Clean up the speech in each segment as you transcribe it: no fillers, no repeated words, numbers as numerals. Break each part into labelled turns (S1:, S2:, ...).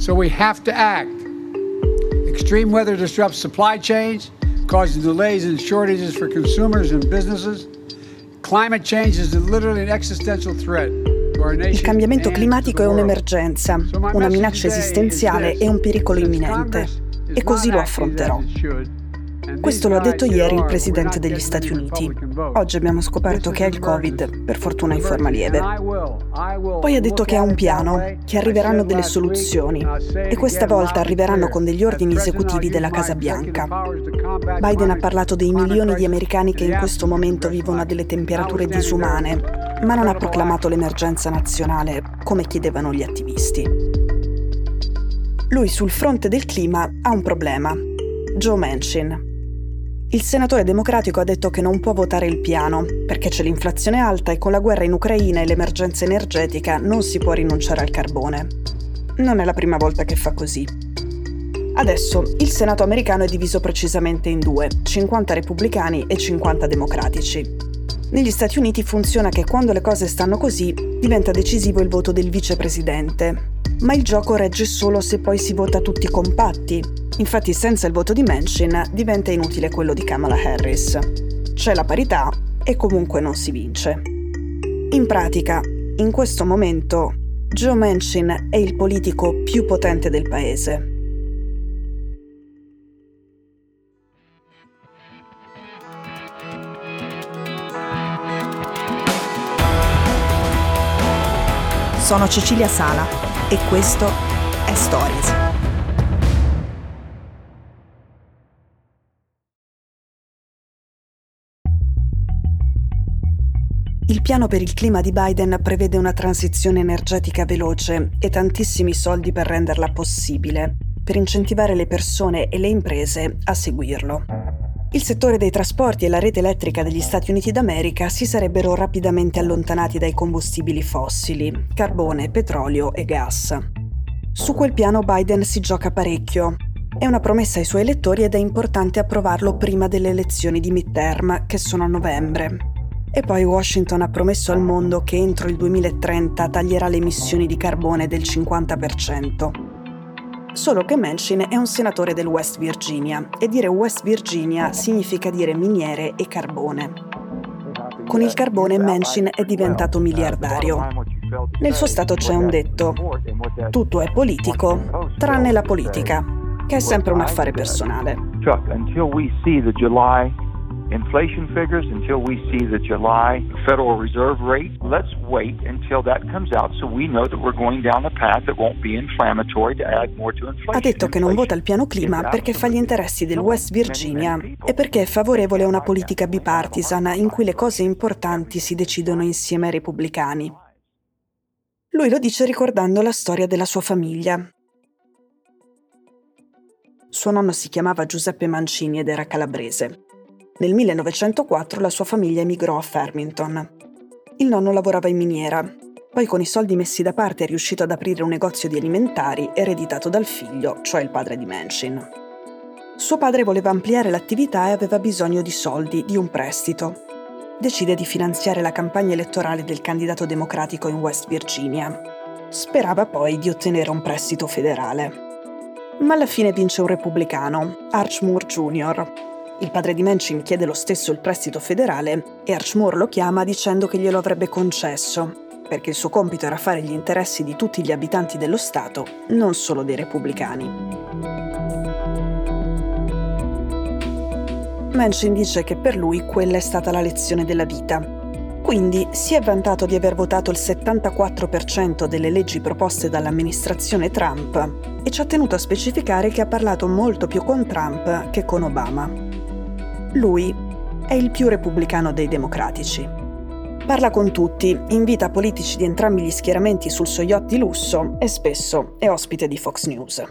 S1: So we have to act. Extreme weather disrupts supply chains, causing delays and shortages for consumers and businesses. Climate change is literally an existential threat.
S2: Il cambiamento climatico è un'emergenza, una minaccia esistenziale e un pericolo imminente. E così lo affronterò. Questo lo ha detto ieri il presidente degli Stati Uniti. Oggi abbiamo scoperto che ha il Covid, per fortuna in forma lieve. Poi ha detto che ha un piano, che arriveranno delle soluzioni e questa volta arriveranno con degli ordini esecutivi della Casa Bianca. Biden ha parlato dei milioni di americani che in questo momento vivono a delle temperature disumane, ma non ha proclamato l'emergenza nazionale come chiedevano gli attivisti. Lui sul fronte del clima ha un problema: Joe Manchin. Il senatore democratico ha detto che non può votare il piano perché c'è l'inflazione alta e con la guerra in Ucraina e l'emergenza energetica non si può rinunciare al carbone. Non è la prima volta che fa così. Adesso il Senato americano è diviso precisamente in due, 50 repubblicani e 50 democratici. Negli Stati Uniti funziona che quando le cose stanno così diventa decisivo il voto del vicepresidente, ma il gioco regge solo se poi si vota tutti compatti. Infatti senza il voto di Manchin diventa inutile quello di Kamala Harris. C'è la parità e comunque non si vince. In pratica, in questo momento, Joe Manchin è il politico più potente del paese. Sono Cecilia Sala e questo è Stories. Il piano per il clima di Biden prevede una transizione energetica veloce e tantissimi soldi per renderla possibile, per incentivare le persone e le imprese a seguirlo. Il settore dei trasporti e la rete elettrica degli Stati Uniti d'America si sarebbero rapidamente allontanati dai combustibili fossili, carbone, petrolio e gas. Su quel piano Biden si gioca parecchio. È una promessa ai suoi elettori ed è importante approvarlo prima delle elezioni di midterm, che sono a novembre. E poi Washington ha promesso al mondo che entro il 2030 taglierà le emissioni di carbone del 50%. Solo che Manchin è un senatore del West Virginia e dire West Virginia significa dire miniere e carbone. Con il carbone Manchin è diventato miliardario. Nel suo stato c'è un detto: tutto è politico, tranne la politica, che è sempre un affare personale.
S3: Inflation figures, until we see the July Federal Reserve rate, let's wait until that comes out so we know that we're going down a path that won't be inflammatory to add more to inflation.
S2: Ha detto che non vota il piano clima perché fa gli interessi del West Virginia e perché è favorevole a una politica bipartisan in cui le cose importanti si decidono insieme ai repubblicani. Lui lo dice ricordando la storia della sua famiglia. Suo nonno si chiamava Giuseppe Mancini ed era calabrese. Nel 1904 la sua famiglia emigrò a Farmington. Il nonno lavorava in miniera, poi con i soldi messi da parte è riuscito ad aprire un negozio di alimentari ereditato dal figlio, cioè il padre di Manchin. Suo padre voleva ampliare l'attività e aveva bisogno di soldi, di un prestito. Decide di finanziare la campagna elettorale del candidato democratico in West Virginia. Sperava poi di ottenere un prestito federale. Ma alla fine vince un repubblicano, Arch Moore Jr., Il padre di Manchin chiede lo stesso il prestito federale e Arch Moore lo chiama dicendo che glielo avrebbe concesso, perché il suo compito era fare gli interessi di tutti gli abitanti dello Stato, non solo dei repubblicani. Manchin dice che per lui quella è stata la lezione della vita. Quindi si è vantato di aver votato il 74% delle leggi proposte dall'amministrazione Trump e ci ha tenuto a specificare che ha parlato molto più con Trump che con Obama. Lui è il più repubblicano dei democratici. Parla con tutti, invita politici di entrambi gli schieramenti sul suo yacht di lusso e spesso è ospite di Fox News.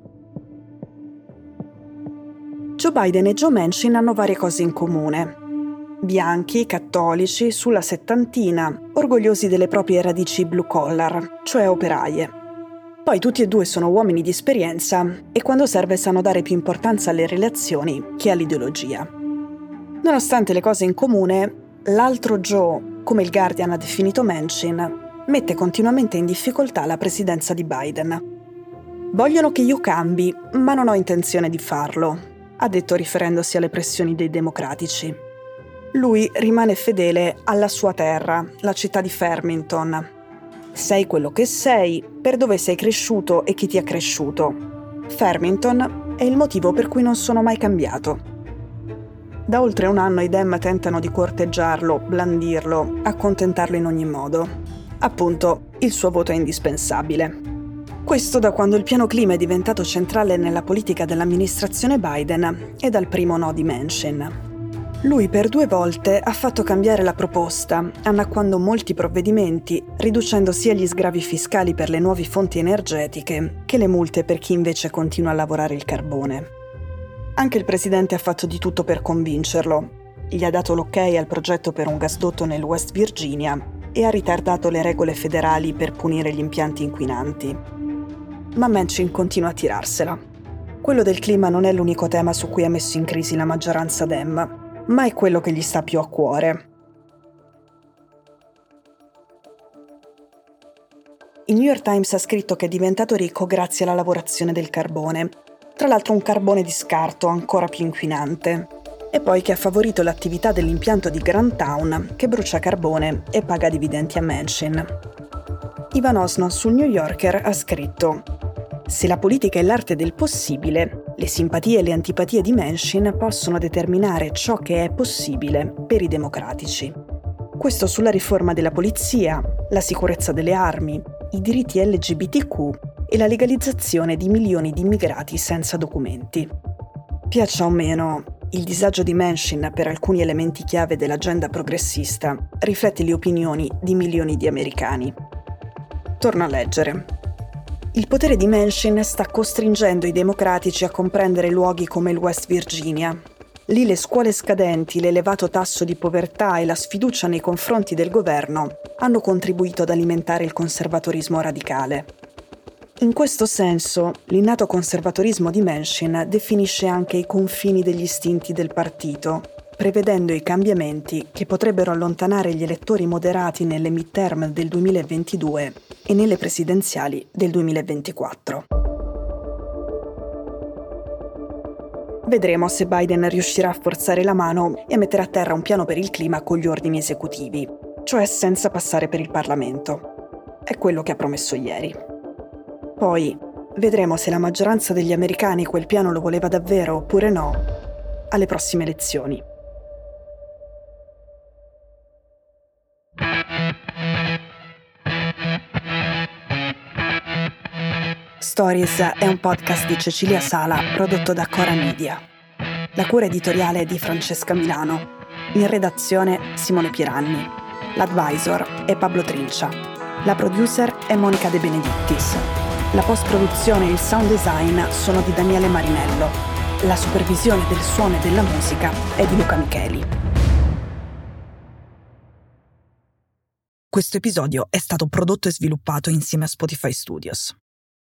S2: Joe Biden e Joe Manchin hanno varie cose in comune. Bianchi, cattolici, sulla settantina, orgogliosi delle proprie radici blue collar, cioè operaie. Poi tutti e due sono uomini di esperienza e quando serve sanno dare più importanza alle relazioni che all'ideologia. Nonostante le cose in comune, l'altro Joe, come il Guardian ha definito Manchin, mette continuamente in difficoltà la presidenza di Biden. Vogliono che io cambi, ma non ho intenzione di farlo, ha detto riferendosi alle pressioni dei democratici. Lui rimane fedele alla sua terra, la città di Farmington. Sei quello che sei, per dove sei cresciuto e chi ti ha cresciuto. Farmington è il motivo per cui non sono mai cambiato. Da oltre un anno i Dem tentano di corteggiarlo, blandirlo, accontentarlo in ogni modo. Appunto, il suo voto è indispensabile. Questo da quando il piano clima è diventato centrale nella politica dell'amministrazione Biden e dal primo no di Manchin. Lui per 2 volte ha fatto cambiare la proposta, annacquando molti provvedimenti, riducendo sia gli sgravi fiscali per le nuove fonti energetiche che le multe per chi invece continua a lavorare il carbone. Anche il presidente ha fatto di tutto per convincerlo. Gli ha dato l'ok al progetto per un gasdotto nel West Virginia e ha ritardato le regole federali per punire gli impianti inquinanti. Ma Manchin continua a tirarsela. Quello del clima non è l'unico tema su cui ha messo in crisi la maggioranza Dem, ma è quello che gli sta più a cuore. Il New York Times ha scritto che è diventato ricco grazie alla lavorazione del carbone, tra l'altro un carbone di scarto ancora più inquinante, e poi che ha favorito l'attività dell'impianto di Grantown che brucia carbone e paga dividendi a Manchin. Ivan Osnos sul New Yorker ha scritto: se la politica è l'arte del possibile, le simpatie e le antipatie di Manchin possono determinare ciò che è possibile per i democratici. Questo sulla riforma della polizia, la sicurezza delle armi, i diritti LGBTQ e la legalizzazione di milioni di immigrati senza documenti. Piaccia o meno, il disagio di Manchin per alcuni elementi chiave dell'agenda progressista riflette le opinioni di milioni di americani. Torno a leggere. Il potere di Manchin sta costringendo i democratici a comprendere luoghi come il West Virginia. Lì le scuole scadenti, l'elevato tasso di povertà e la sfiducia nei confronti del governo hanno contribuito ad alimentare il conservatorismo radicale. In questo senso, l'innato conservatorismo di Manchin definisce anche i confini degli istinti del partito, prevedendo i cambiamenti che potrebbero allontanare gli elettori moderati nelle midterm del 2022 e nelle presidenziali del 2024. Vedremo se Biden riuscirà a forzare la mano e a mettere a terra un piano per il clima con gli ordini esecutivi, cioè senza passare per il Parlamento. È quello che ha promesso ieri. Poi vedremo se la maggioranza degli americani quel piano lo voleva davvero oppure no alle prossime elezioni. Stories è un podcast di Cecilia Sala prodotto da Cora Media. La cura editoriale è di Francesca Milano. In redazione Simone Piranni. L'advisor è Pablo Trincia. La producer è Monica De Benedictis. La post-produzione e il sound design sono di Daniele Marinello. La supervisione del suono e della musica è di Luca Micheli. Questo episodio è stato prodotto e sviluppato insieme a Spotify Studios.